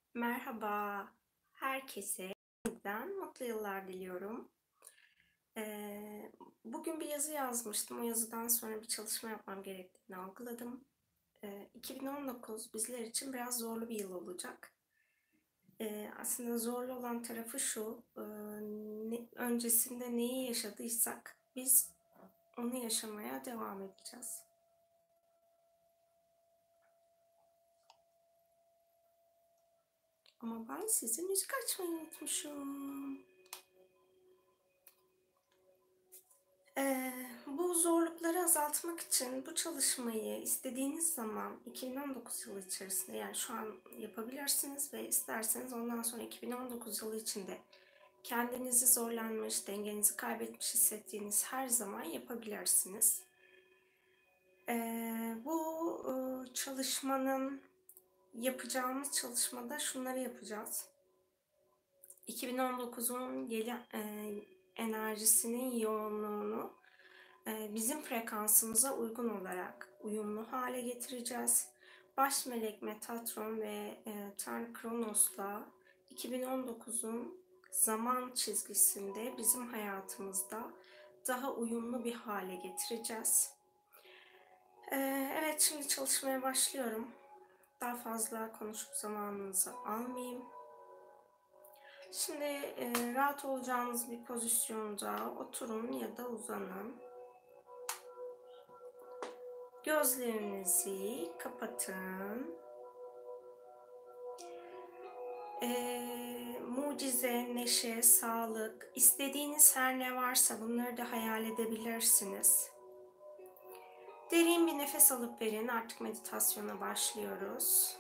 Merhaba, herkese yeniden mutlu yıllar diliyorum. Bugün bir yazı yazmıştım. O yazıdan sonra bir çalışma yapmam gerektiğini algıladım. 2019 bizler için biraz zorlu bir yıl olacak. Aslında zorlu olan tarafı şu, öncesinde neyi yaşadıysak biz onu yaşamaya devam edeceğiz. Ama ben size müzik açmayı unutmuşum. Bu zorlukları azaltmak için bu çalışmayı istediğiniz zaman 2019 yılı içerisinde, yani şu an yapabilirsiniz ve isterseniz ondan sonra 2019 yılı içinde kendinizi zorlanmış, dengenizi kaybetmiş hissettiğiniz her zaman yapabilirsiniz. Bu çalışmanın, yapacağımız çalışmada şunları yapacağız. 2019'un enerjisinin yoğunluğunu bizim frekansımıza uygun olarak uyumlu hale getireceğiz. Baş melek Metatron ve Tanrı Kronos'la 2019'un zaman çizgisinde bizim hayatımızda daha uyumlu bir hale getireceğiz. Evet, şimdi çalışmaya başlıyorum. Daha fazla konuşup zamanınızı almayayım. Şimdi rahat olacağınız bir pozisyonda oturun ya da uzanın. Gözlerinizi kapatın. Mucize, neşe, sağlık, istediğiniz her ne varsa bunları da hayal edebilirsiniz. Derin bir nefes alıp verin. Artık meditasyona başlıyoruz.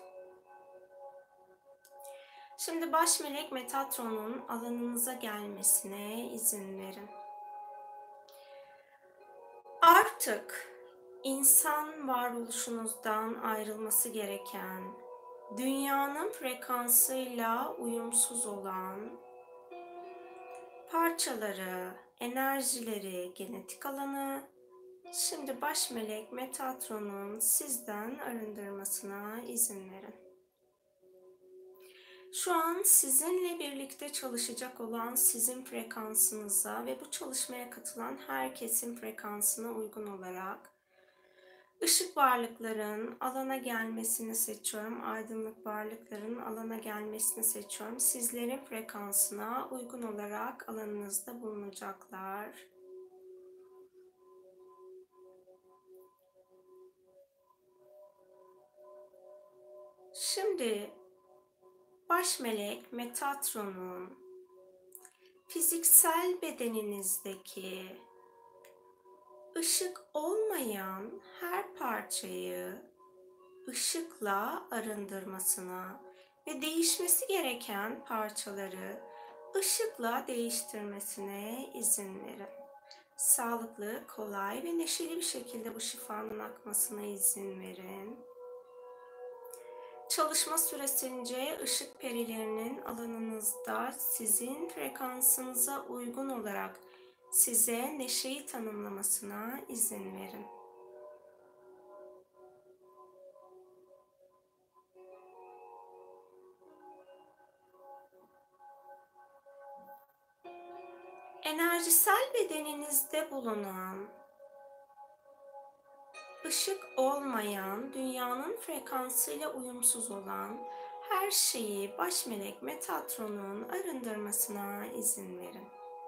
Şimdi baş melek Metatron'un alanınıza gelmesine izin verin. Artık insan varoluşunuzdan ayrılması gereken, dünyanın frekansıyla uyumsuz olan parçaları, enerjileri, genetik alanı şimdi baş melek Metatron'un sizden arındırmasına izin verin. Şu an sizinle birlikte çalışacak olan sizin frekansınıza ve bu çalışmaya katılan herkesin frekansına uygun olarak Işık varlıkların alana gelmesini seçiyorum. Aydınlık varlıkların alana gelmesini seçiyorum. Sizlerin frekansına uygun olarak alanınızda bulunacaklar. Şimdi baş melek Metatron'un fiziksel bedeninizdeki ışık olmayan her parçayı ışıkla arındırmasına ve değişmesi gereken parçaları ışıkla değiştirmesine izin verin. Sağlıklı, kolay ve neşeli bir şekilde bu şifanın akmasına izin verin. Çalışma süresince ışık perilerinin alanınızda sizin frekansınıza uygun olarak size neşeyi tanımlamasına izin verin. Enerjisel bedeninizde bulunan, ışık olmayan, dünyanın frekansıyla uyumsuz olan her şeyi baş melek Metatron'un arındırmasına izin verin.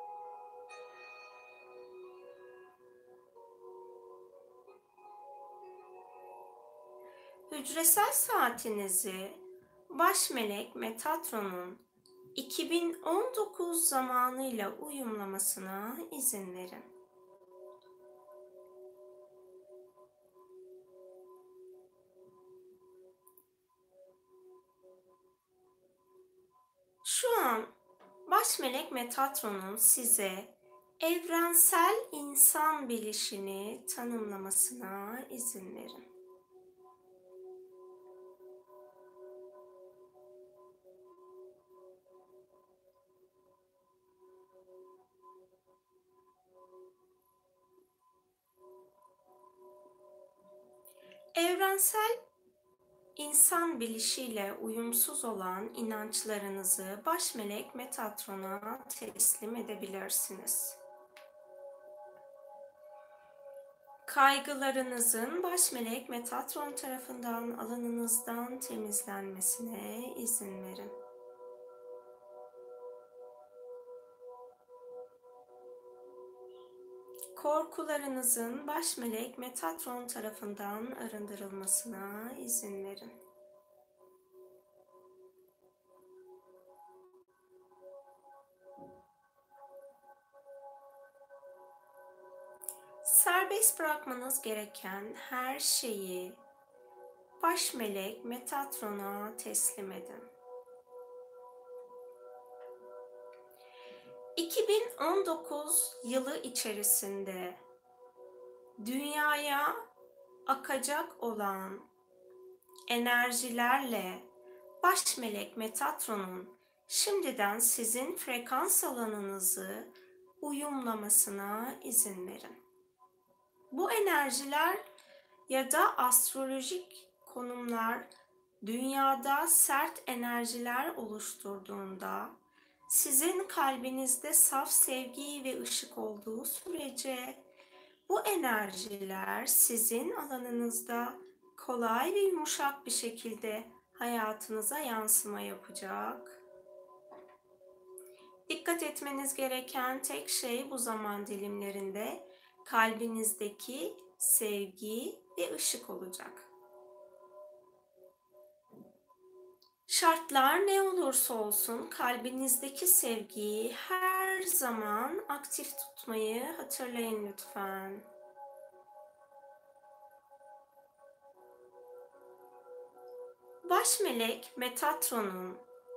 Hücresel saatinizi baş melek Metatron'un 2019 zamanıyla uyumlamasına izin verin. Şu an baş melek Metatron'un size evrensel insan bilişini tanımlamasına izin verin. Evrensel İnsan bilişiyle uyumsuz olan inançlarınızı baş melek Metatron'a teslim edebilirsiniz. Kaygılarınızın baş melek Metatron tarafından alanınızdan temizlenmesine izin verin. Korkularınızın baş melek Metatron tarafından arındırılmasına izin verin. Serbest bırakmanız gereken her şeyi baş melek Metatron'a teslim edin. 2019 yılı içerisinde dünyaya akacak olan enerjilerle baş melek Metatron'un şimdiden sizin frekans alanınızı uyumlamasına izin verin. Bu enerjiler ya da astrolojik konumlar dünyada sert enerjiler oluşturduğunda sizin kalbinizde saf sevgi ve ışık olduğu sürece bu enerjiler sizin alanınızda kolay ve yumuşak bir şekilde hayatınıza yansıma yapacak. Dikkat etmeniz gereken tek şey bu zaman dilimlerinde kalbinizdeki sevgi ve ışık olacak. Şartlar ne olursa olsun kalbinizdeki sevgiyi her zaman aktif tutmayı hatırlayın lütfen. Baş melek Metatron'un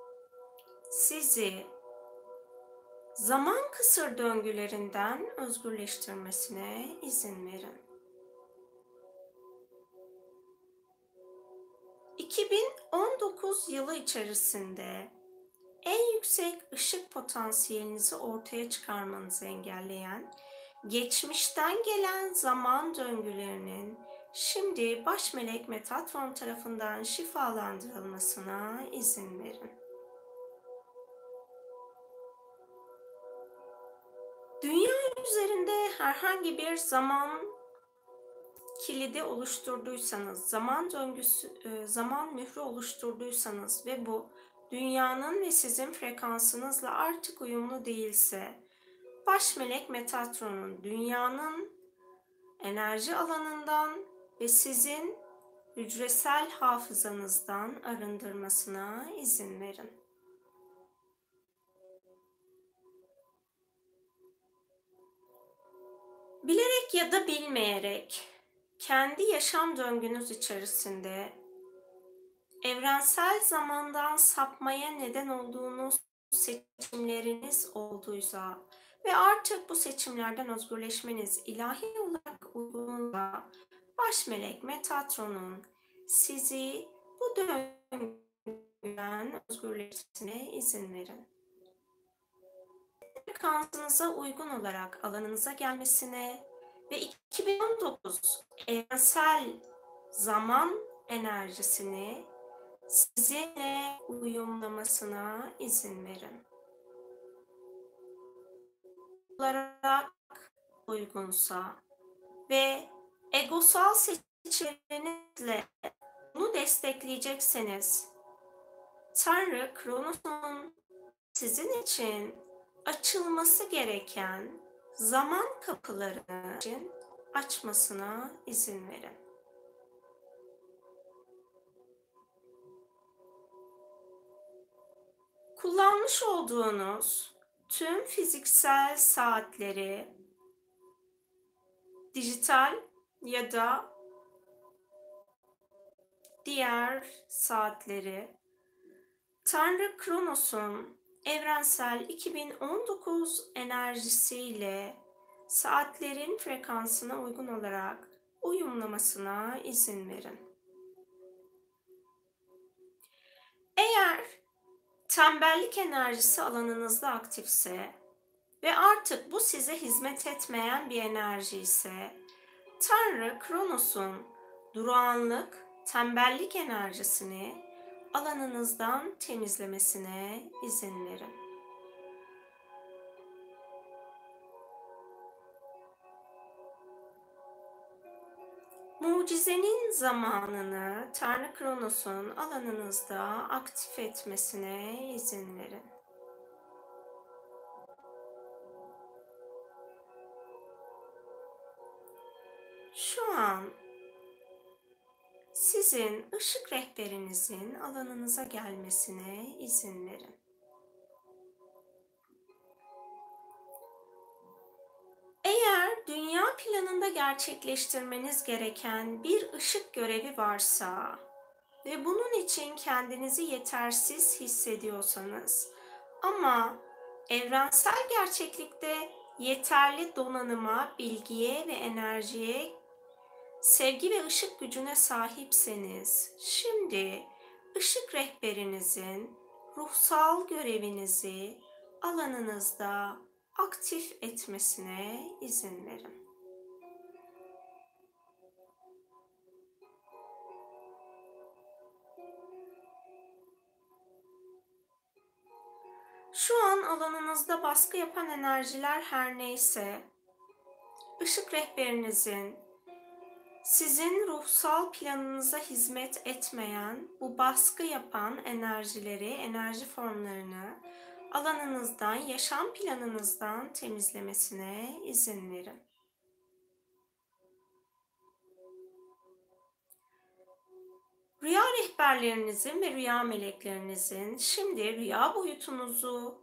sizi zaman kısır döngülerinden özgürleştirmesine izin verin. 2019 yılı içerisinde en yüksek ışık potansiyelinizi ortaya çıkarmanızı engelleyen, geçmişten gelen zaman döngülerinin şimdi baş melek Metatron tarafından şifalandırılmasına izin verin. Dünya üzerinde herhangi bir zaman kilidi oluşturduysanız, zaman döngüsü, zaman mührü oluşturduysanız ve bu dünyanın ve sizin frekansınızla artık uyumlu değilse, baş melek Metatron'un dünyanın enerji alanından ve sizin hücresel hafızanızdan arındırmasına izin verin. Bilerek ya da bilmeyerek kendi yaşam döngünüz içerisinde evrensel zamandan sapmaya neden olduğunuz seçimleriniz olduysa ve artık bu seçimlerden özgürleşmeniz ilahi olarak uygunsa, baş melek Metatron'un sizi bu döngüden özgürleşmesine izin verin. Frekansınıza uygun olarak alanınıza gelmesine ve 2019 evrensel zaman enerjisini sizinle uyumlamasına izin verin. Olarak uygunsa ve egosal seçimlerinizle bunu destekleyecekseniz, Tanrı Kronos'un sizin için açılması gereken zaman kapılarını için açmasına izin verin. Kullanmış olduğunuz tüm fiziksel saatleri, dijital ya da diğer saatleri, Tanrı Kronos'un evrensel 2019 enerjisiyle saatlerin frekansına uygun olarak uyumlamasına izin verin. Eğer tembellik enerjisi alanınızda aktifse ve artık bu size hizmet etmeyen bir enerji ise, Tanrı Kronos'un durağanlık tembellik enerjisini alanınızdan temizlemesine izin verin. Mucizenin zamanını Tanrı Kronos'un alanınızda aktif etmesine izin verin. Şu an sizin ışık rehberinizin alanınıza gelmesine izin verin. Eğer dünya planında gerçekleştirmeniz gereken bir ışık görevi varsa ve bunun için kendinizi yetersiz hissediyorsanız ama evrensel gerçeklikte yeterli donanıma, bilgiye ve enerjiye, sevgi ve ışık gücüne sahipseniz, şimdi ışık rehberinizin ruhsal görevinizi alanınızda aktif etmesine izin verin. Şu an alanınızda baskı yapan enerjiler her neyse, ışık rehberinizin sizin ruhsal planınıza hizmet etmeyen bu baskı yapan enerjileri, enerji formlarını alanınızdan, yaşam planınızdan temizlemesine izin verin. Rüya rehberlerinizin ve rüya meleklerinizin şimdi rüya boyutunuzu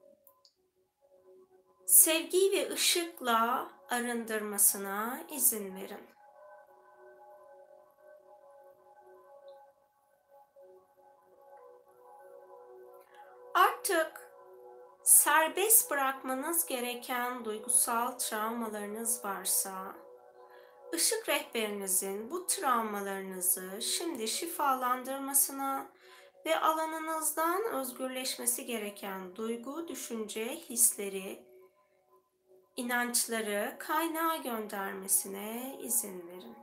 sevgi ve ışıkla arındırmasına izin verin. Artık serbest bırakmanız gereken duygusal travmalarınız varsa, ışık rehberinizin bu travmalarınızı şimdi şifalandırmasına ve alanınızdan özgürleşmesi gereken duygu, düşünce, hisleri, inançları kaynağa göndermesine izin verin.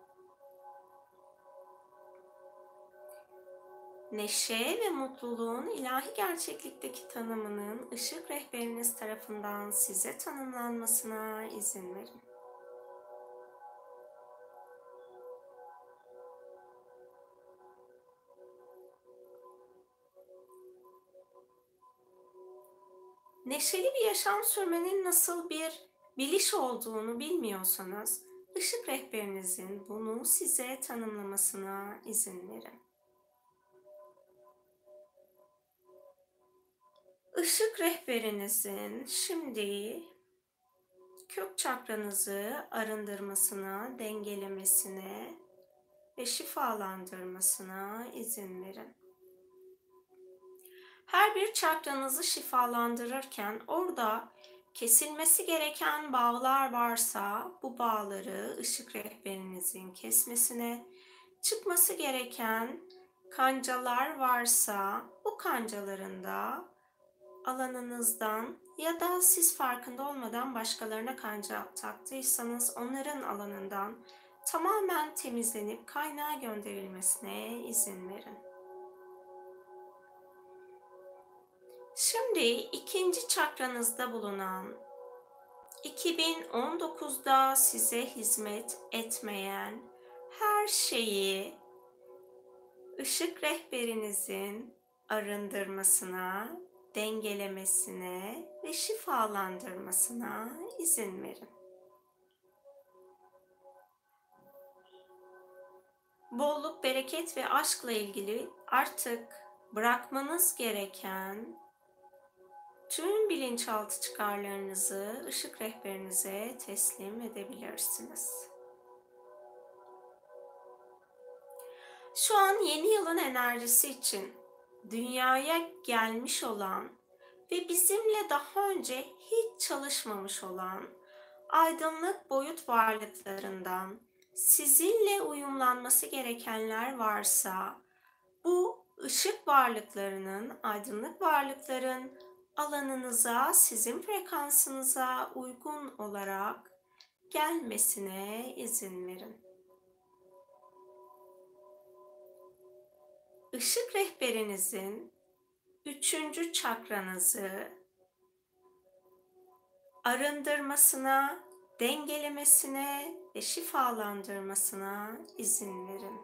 Neşe ve mutluluğun ilahi gerçeklikteki tanımının ışık rehberiniz tarafından size tanımlanmasına izin verin. Neşeli bir yaşam sürmenin nasıl bir biliş olduğunu bilmiyorsanız, ışık rehberinizin bunu size tanımlamasına izin verin. Işık rehberinizin şimdi kök çakranızı arındırmasına, dengelemesine ve şifalandırmasına izin verin. Her bir çakranızı şifalandırırken orada kesilmesi gereken bağlar varsa bu bağları ışık rehberinizin kesmesine, çıkması gereken kancalar varsa bu kancaların da alanınızdan ya da siz farkında olmadan başkalarına kanca taktıysanız onların alanından tamamen temizlenip kaynağa gönderilmesine izin verin. Şimdi ikinci çakranızda bulunan 2019'da size hizmet etmeyen her şeyi ışık rehberinizin arındırmasına, dengelemesine ve şifalandırmasına izin verin. Bolluk, bereket ve aşkla ilgili artık bırakmanız gereken tüm bilinçaltı çıkarlarınızı ışık rehberinize teslim edebilirsiniz. Şu an yeni yılın enerjisi için dünyaya gelmiş olan ve bizimle daha önce hiç çalışmamış olan aydınlık boyut varlıklarından sizinle uyumlanması gerekenler varsa, bu ışık varlıklarının, aydınlık varlıkların alanınıza, sizin frekansınıza uygun olarak gelmesine izin verin. ışık rehberinizin 3. çakranızı arındırmasına, dengelemesine ve şifalandırmasına izin verin.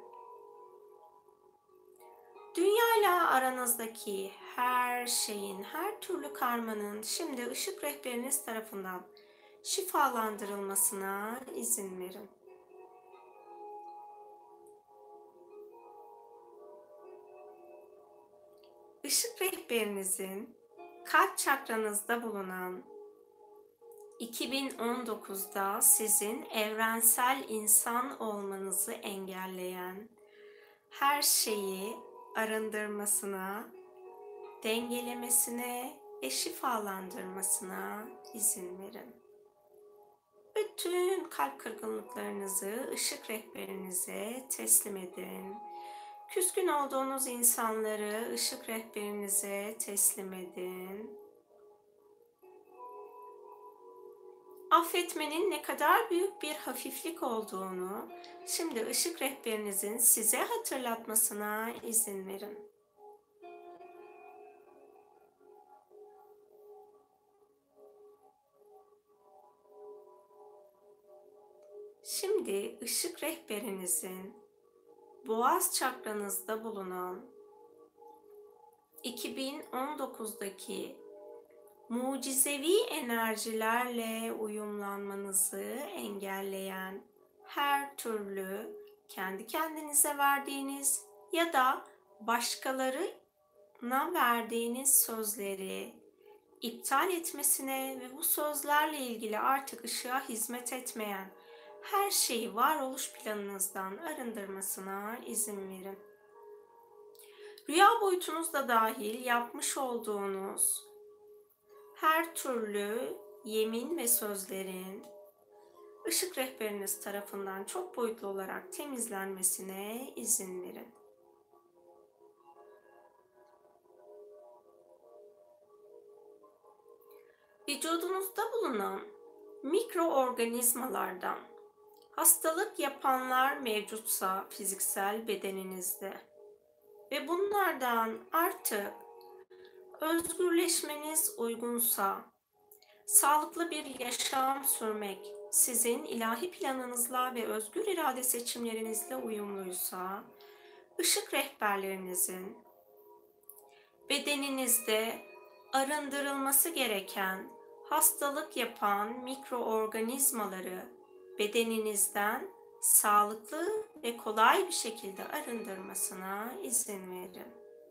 Dünyayla aranızdaki her şeyin, her türlü karmanın şimdi ışık rehberiniz tarafından şifalandırılmasına izin verin. Işık rehberinizin kalp çakranızda bulunan 2019'da sizin evrensel insan olmanızı engelleyen her şeyi arındırmasına, dengelemesine ve şifalandırmasına izin verin. Bütün kalp kırgınlıklarınızı ışık rehberinize teslim edin. Küskün olduğunuz insanları ışık rehberinize teslim edin. Affetmenin ne kadar büyük bir hafiflik olduğunu şimdi ışık rehberinizin size hatırlatmasına izin verin. Şimdi ışık rehberinizin boğaz çakranızda bulunan 2019'daki mucizevi enerjilerle uyumlanmanızı engelleyen her türlü kendi kendinize verdiğiniz ya da başkalarına verdiğiniz sözleri iptal etmesine ve bu sözlerle ilgili artık ışığa hizmet etmeyen her şeyi varoluş planınızdan arındırmasına izin verin. Rüya boyutunuzda dahil yapmış olduğunuz her türlü yemin ve sözlerin ışık rehberiniz tarafından çok boyutlu olarak temizlenmesine izin verin. Vücudunuzda bulunan mikroorganizmalardan hastalık yapanlar mevcutsa fiziksel bedeninizde ve bunlardan artık özgürleşmeniz uygunsa, sağlıklı bir yaşam sürmek sizin ilahi planınızla ve özgür irade seçimlerinizle uyumluysa, ışık rehberlerinizin bedeninizde arındırılması gereken hastalık yapan mikroorganizmaları bedeninizden sağlıklı ve kolay bir şekilde arındırmasına izin verin.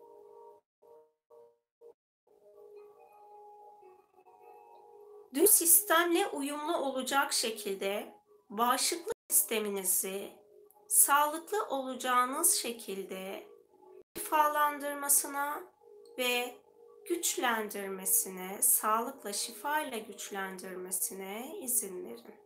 Dün sistemle uyumlu olacak şekilde bağışıklık sisteminizi sağlıklı olacağınız şekilde şifalandırmasına ve güçlendirmesine, sağlıkla, şifayla güçlendirmesine izin verin.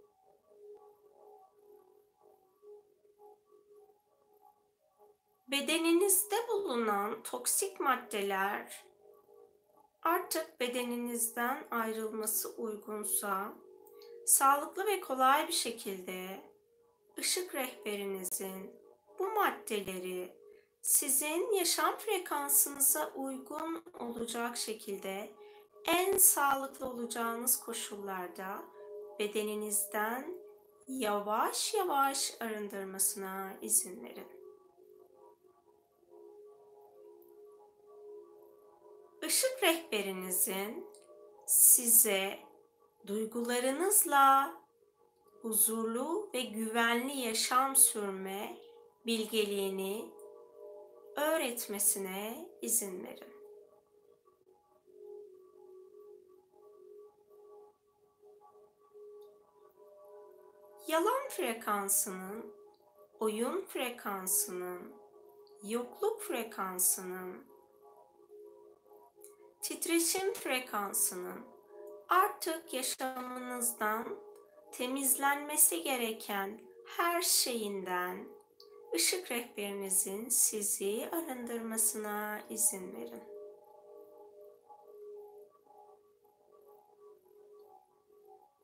Bedeninizde bulunan toksik maddeler artık bedeninizden ayrılması uygunsa, sağlıklı ve kolay bir şekilde ışık rehberinizin bu maddeleri sizin yaşam frekansınıza uygun olacak şekilde en sağlıklı olacağınız koşullarda bedeninizden yavaş yavaş arındırmasına izin verin. Işık rehberinizin size duygularınızla huzurlu ve güvenli yaşam sürme bilgeliğini öğretmesine izin verin. Yalan frekansının, oyun frekansının, yokluk frekansının, titreşim frekansının artık yaşamınızdan temizlenmesi gereken her şeyinden ışık rehberinizin sizi arındırmasına izin verin.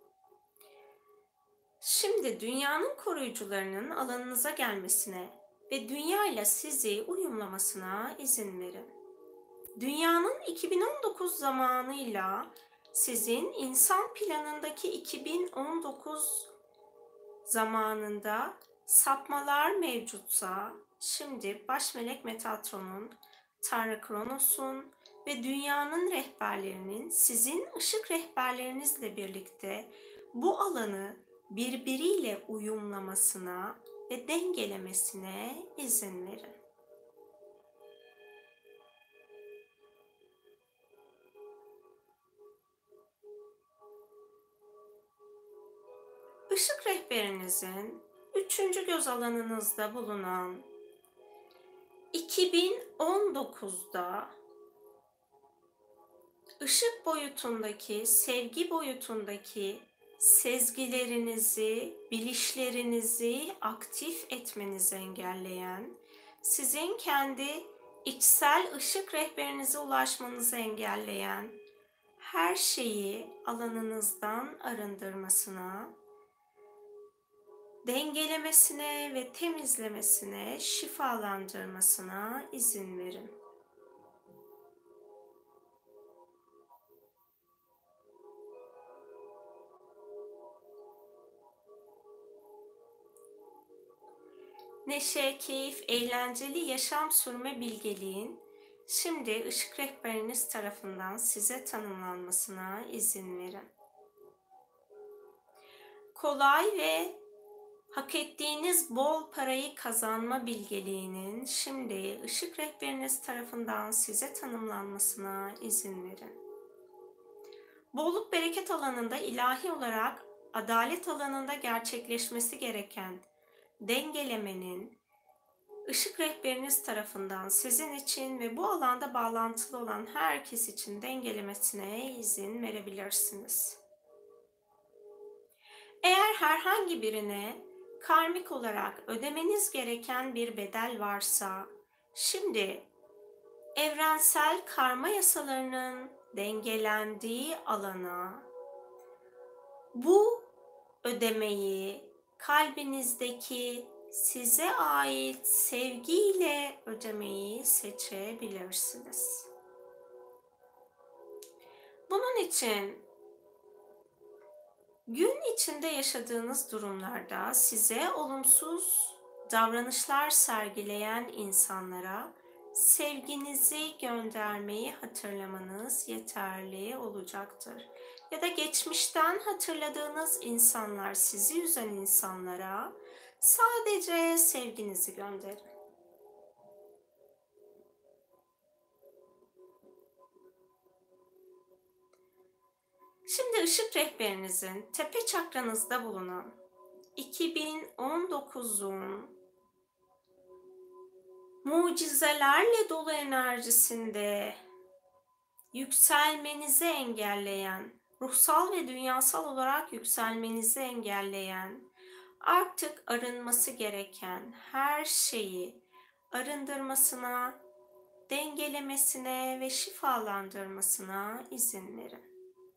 Şimdi dünyanın koruyucularının alanınıza gelmesine ve dünya ile sizi uyumlamasına izin verin. Dünyanın 2019 zamanıyla sizin insan planındaki 2019 zamanında sapmalar mevcutsa, şimdi Baş Melek Metatron'un, Tanrı Kronos'un ve dünyanın rehberlerinin sizin ışık rehberlerinizle birlikte bu alanı birbiriyle uyumlamasına ve dengelemesine izin verin. Işık rehberinizin 3. göz alanınızda bulunan 2019'da ışık boyutundaki, sevgi boyutundaki sezgilerinizi, bilişlerinizi aktif etmenizi engelleyen, sizin kendi içsel ışık rehberinize ulaşmanızı engelleyen her şeyi alanınızdan arındırmasına, dengelemesine ve temizlemesine, şifalandırmasına izin verin. Neşe, keyif, eğlenceli yaşam sürme bilgeliğin şimdi ışık rehberiniz tarafından size tanımlanmasına izin verin. Kolay ve hak ettiğiniz bol parayı kazanma bilgeliğinin şimdi ışık rehberiniz tarafından size tanımlanmasına izin verin. Bolluk bereket alanında ilahi olarak adalet alanında gerçekleşmesi gereken dengelemenin ışık rehberiniz tarafından sizin için ve bu alanda bağlantılı olan herkes için dengelemesine izin verebilirsiniz. Eğer herhangi birine karmik olarak ödemeniz gereken bir bedel varsa, şimdi evrensel karma yasalarının dengelendiği alana bu ödemeyi kalbinizdeki size ait sevgiyle ödemeyi seçebilirsiniz. Bunun için gün içinde yaşadığınız durumlarda size olumsuz davranışlar sergileyen insanlara sevginizi göndermeyi hatırlamanız yeterli olacaktır. Ya da geçmişten hatırladığınız insanlar, sizi üzen insanlara sadece sevginizi gönderin. Şimdi ışık rehberinizin tepe çakranızda bulunan 2019'un mucizelerle dolu enerjisinde yükselmenizi engelleyen, ruhsal ve dünyasal olarak yükselmenizi engelleyen, artık arınması gereken her şeyi arındırmasına, dengelemesine ve şifalandırmasına izin verin.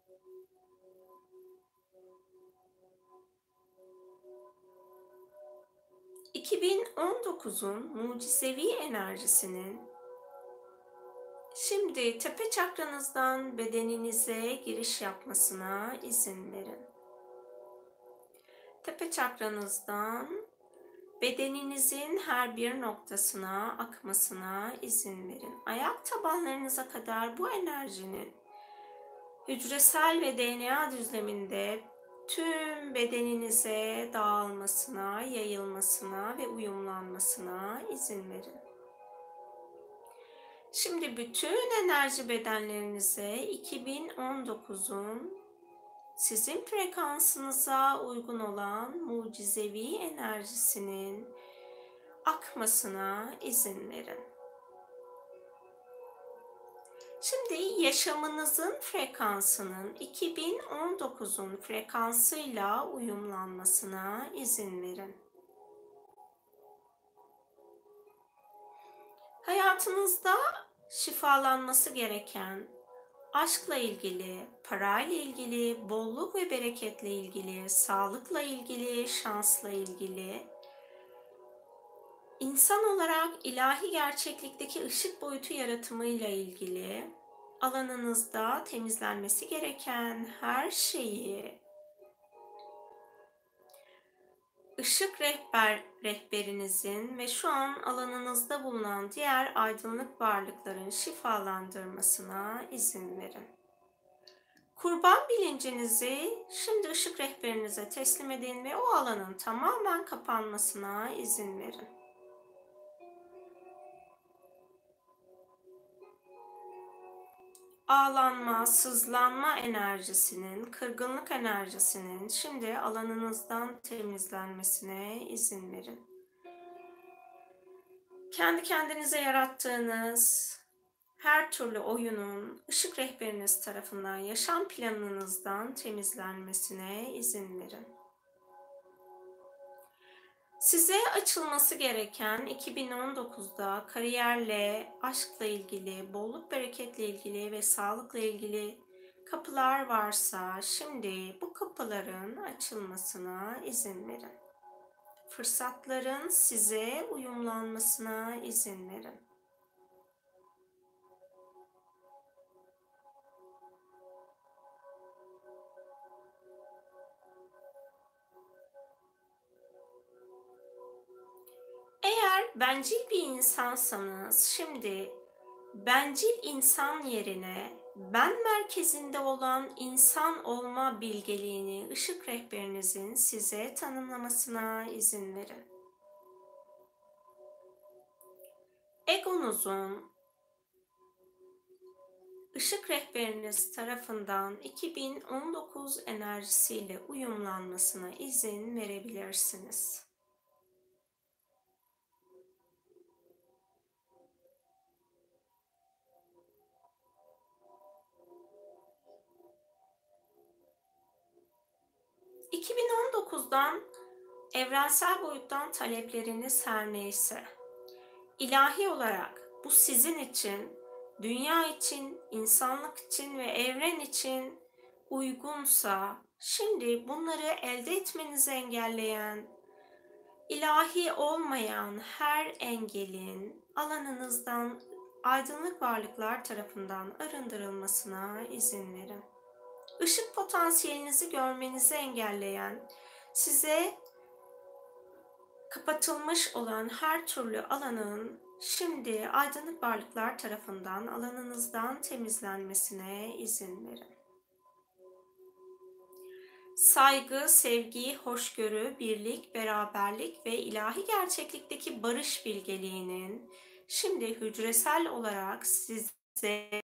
...2019'un mucizevi enerjisinin şimdi tepe çakranızdan bedeninize giriş yapmasına izin verin. Tepe çakranızdan bedeninizin her bir noktasına akmasına izin verin. Ayak tabanlarınıza kadar bu enerjinin hücresel ve DNA düzleminde tüm bedeninize dağılmasına, yayılmasına ve uyumlanmasına izin verin. Şimdi bütün enerji bedenlerinize 2019'un sizin frekansınıza uygun olan mucizevi enerjisinin akmasına izin verin. Şimdi yaşamınızın frekansının 2019'un frekansıyla uyumlanmasına izin verin. Hayatınızda şifalanması gereken aşkla ilgili, parayla ilgili, bolluk ve bereketle ilgili, sağlıkla ilgili, şansla ilgili İnsan olarak ilahi gerçeklikteki ışık boyutu yaratımıyla ilgili alanınızda temizlenmesi gereken her şeyi ışık rehberinizin ve şu an alanınızda bulunan diğer aydınlık varlıkların şifalandırmasına izin verin. Kurban bilincinizi şimdi ışık rehberinize teslim edin ve o alanın tamamen kapanmasına izin verin. Ağlanma, sızlanma enerjisinin, kırgınlık enerjisinin şimdi alanınızdan temizlenmesine izin verin. Kendi kendinize yarattığınız her türlü oyunun ışık rehberiniz tarafından yaşam planınızdan temizlenmesine izin verin. Size açılması gereken 2019'da kariyerle, aşkla ilgili, bolluk bereketle ilgili ve sağlıkla ilgili kapılar varsa şimdi bu kapıların açılmasına izin verin. Fırsatların size uyumlanmasına izin verin. Eğer bencil bir insansanız şimdi bencil insan yerine ben merkezinde olan insan olma bilgeliğini ışık rehberinizin size tanımlamasına izin verin. Egonuzun ışık rehberiniz tarafından 2019 enerjisiyle uyumlanmasına izin verebilirsiniz. ...2019'dan evrensel boyuttan talepleriniz her neyse, ilahi olarak bu sizin için, dünya için, insanlık için ve evren için uygunsa, şimdi bunları elde etmenizi engelleyen, ilahi olmayan her engelin alanınızdan aydınlık varlıklar tarafından arındırılmasına izin verin. Işık potansiyelinizi görmenizi engelleyen, size kapatılmış olan her türlü alanın şimdi aydınlık varlıklar tarafından alanınızdan temizlenmesine izin verin. Saygı, sevgi, hoşgörü, birlik, beraberlik ve ilahi gerçeklikteki barış bilgeliğinin şimdi hücresel olarak size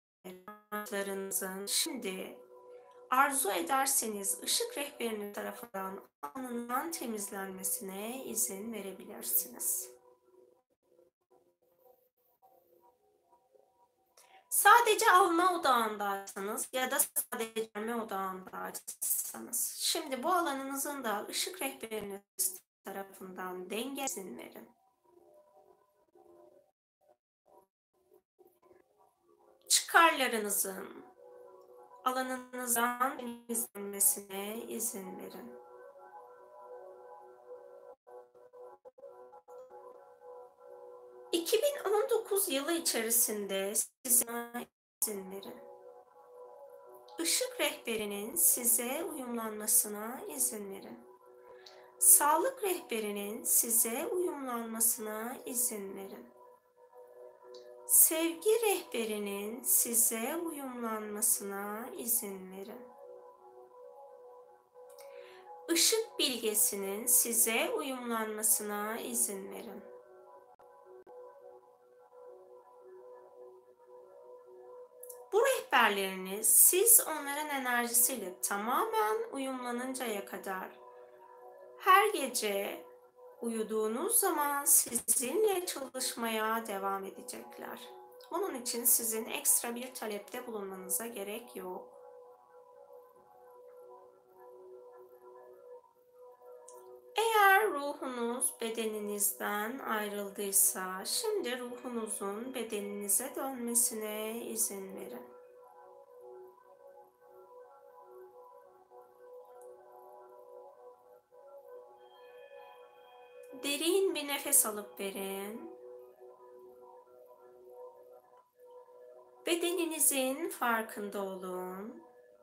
şimdi arzu ederseniz ışık rehberiniz tarafından alanından temizlenmesine izin verebilirsiniz. Sadece alma odağındaysanız ya da sadece verme odağındaysanız, şimdi bu alanınızın da ışık rehberiniz tarafından denge izin verin. Çıkarlarınızın alanınızdan temizlenmesine izin verin. ...2019 yılı içerisinde size izin verin. Işık rehberinin size uyumlanmasına izin verin. Sağlık rehberinin size uyumlanmasına izin verin. Sevgi rehberinin size uyumlanmasına izin verin. Işık bilgesinin size uyumlanmasına izin verin. Bu rehberleriniz siz onların enerjisiyle tamamen uyumlanıncaya kadar her gece uyuduğunuz zaman sizinle çalışmaya devam edecekler. Bunun için sizin ekstra bir talepte bulunmanıza gerek yok. Eğer ruhunuz bedeninizden ayrıldıysa, şimdi ruhunuzun bedeninize dönmesine izin verin. Derin bir nefes alıp verin. Bedeninizin farkında olun.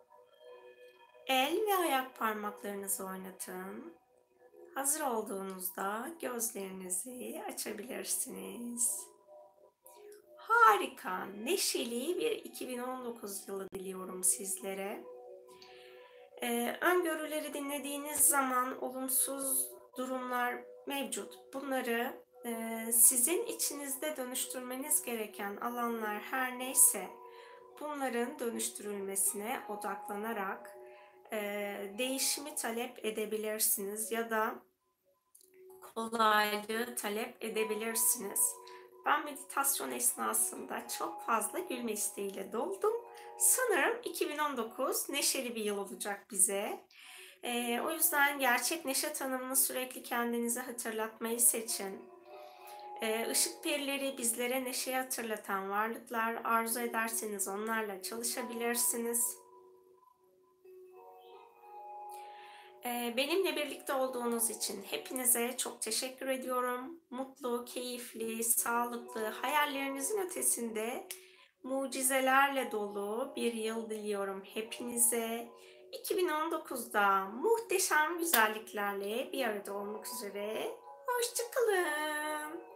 El ve ayak parmaklarınızı oynatın. Hazır olduğunuzda gözlerinizi açabilirsiniz. Harika, neşeli bir 2019 yılı diliyorum sizlere. Öngörüleri dinlediğiniz zaman olumsuz durumlar mevcut. Bunları sizin içinizde dönüştürmeniz gereken alanlar her neyse bunların dönüştürülmesine odaklanarak değişimi talep edebilirsiniz ya da kolaylığı talep edebilirsiniz. Ben meditasyon esnasında çok fazla gülme isteğiyle doldum. Sanırım 2019 neşeli bir yıl olacak bize. O yüzden gerçek neşe tanımını sürekli kendinize hatırlatmayı seçin. Işık perileri bizlere neşeyi hatırlatan varlıklar. Arzu ederseniz onlarla çalışabilirsiniz. Benimle birlikte olduğunuz için hepinize çok teşekkür ediyorum. Mutlu, keyifli, sağlıklı, hayallerinizin ötesinde mucizelerle dolu bir yıl diliyorum hepinize. 2019'da muhteşem güzelliklerle bir arada olmak üzere. Hoşça kalın.